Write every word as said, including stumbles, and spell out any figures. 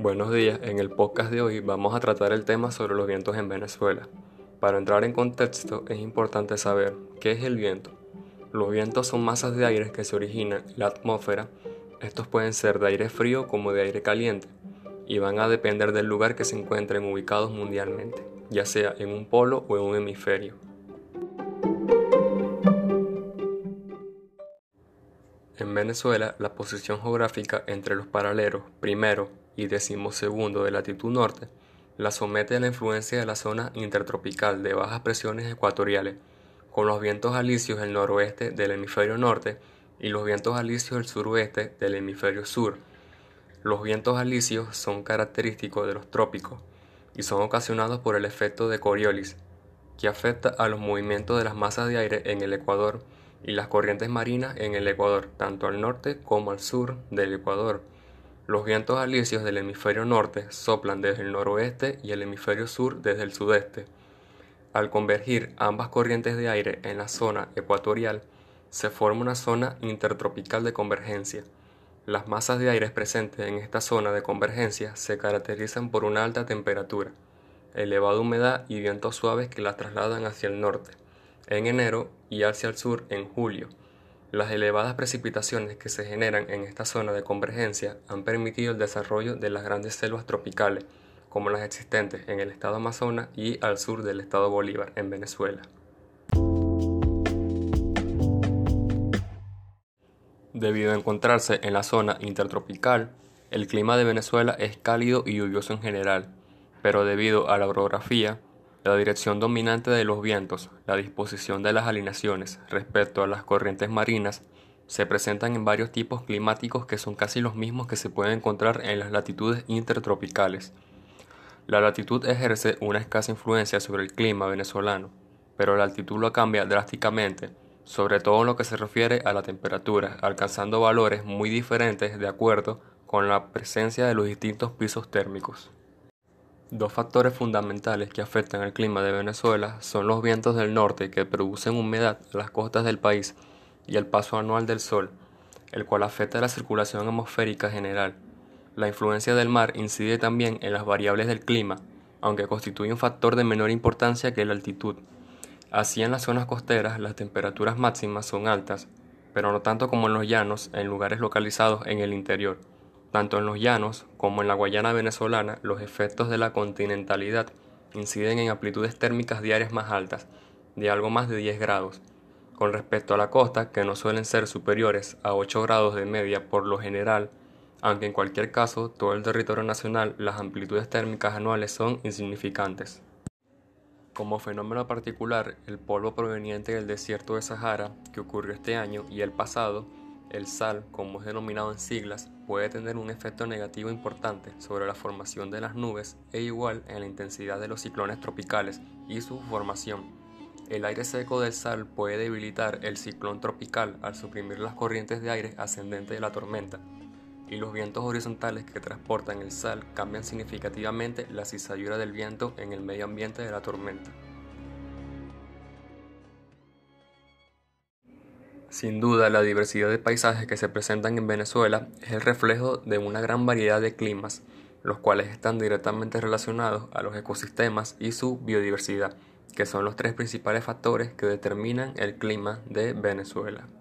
Buenos días, en el podcast de hoy vamos a tratar el tema sobre los vientos en Venezuela. Para entrar en contexto es importante saber qué es el viento. Los vientos son masas de aire que se originan en la atmósfera. Estos pueden ser de aire frío como de aire caliente y van a depender del lugar que se encuentren ubicados mundialmente, ya sea en un polo o en un hemisferio. En Venezuela, la posición geográfica entre los paralelos primero y decimosegundo de latitud norte la somete a la influencia de la zona intertropical de bajas presiones ecuatoriales, con los vientos alisios del noroeste del hemisferio norte y los vientos alisios del suroeste del hemisferio sur. Los vientos alisios son característicos de los trópicos y son ocasionados por el efecto de Coriolis, que afecta a los movimientos de las masas de aire en el Ecuador y las corrientes marinas en el Ecuador, tanto al norte como al sur del Ecuador. Los vientos alisios del hemisferio norte soplan desde el noroeste y el hemisferio sur desde el sudeste. Al convergir ambas corrientes de aire en la zona ecuatorial, se forma una zona intertropical de convergencia. Las masas de aire presentes en esta zona de convergencia se caracterizan por una alta temperatura, elevada humedad y vientos suaves que las trasladan hacia el norte en enero y hacia el sur en julio. Las elevadas precipitaciones que se generan en esta zona de convergencia han permitido el desarrollo de las grandes selvas tropicales, como las existentes en el estado Amazonas y al sur del estado Bolívar, en Venezuela. Debido a encontrarse en la zona intertropical, el clima de Venezuela es cálido y lluvioso en general, pero debido a la orografía, la dirección dominante de los vientos, la disposición de las alineaciones respecto a las corrientes marinas, se presentan en varios tipos climáticos que son casi los mismos que se pueden encontrar en las latitudes intertropicales. La latitud ejerce una escasa influencia sobre el clima venezolano, pero la altitud lo cambia drásticamente, sobre todo en lo que se refiere a la temperatura, alcanzando valores muy diferentes de acuerdo con la presencia de los distintos pisos térmicos. Dos factores fundamentales que afectan al clima de Venezuela son los vientos del norte que producen humedad a las costas del país y el paso anual del sol, el cual afecta la circulación atmosférica general. La influencia del mar incide también en las variables del clima, aunque constituye un factor de menor importancia que la altitud. Así, en las zonas costeras las temperaturas máximas son altas, pero no tanto como en los llanos en lugares localizados en el interior. Tanto en los llanos como en la Guayana venezolana, los efectos de la continentalidad inciden en amplitudes térmicas diarias más altas, de algo más de diez grados, con respecto a la costa, que no suelen ser superiores a ocho grados de media por lo general, aunque en cualquier caso, todo el territorio nacional, las amplitudes térmicas anuales son insignificantes. Como fenómeno particular, el polvo proveniente del desierto de Sahara, que ocurrió este año y el pasado, el sal, como es denominado en siglas, puede tener un efecto negativo importante sobre la formación de las nubes e igual en la intensidad de los ciclones tropicales y su formación. El aire seco del sal puede debilitar el ciclón tropical al suprimir las corrientes de aire ascendente de la tormenta, y los vientos horizontales que transportan el sal cambian significativamente la cizalladura del viento en el medio ambiente de la tormenta. Sin duda, la diversidad de paisajes que se presentan en Venezuela es el reflejo de una gran variedad de climas, los cuales están directamente relacionados a los ecosistemas y su biodiversidad, que son los tres principales factores que determinan el clima de Venezuela.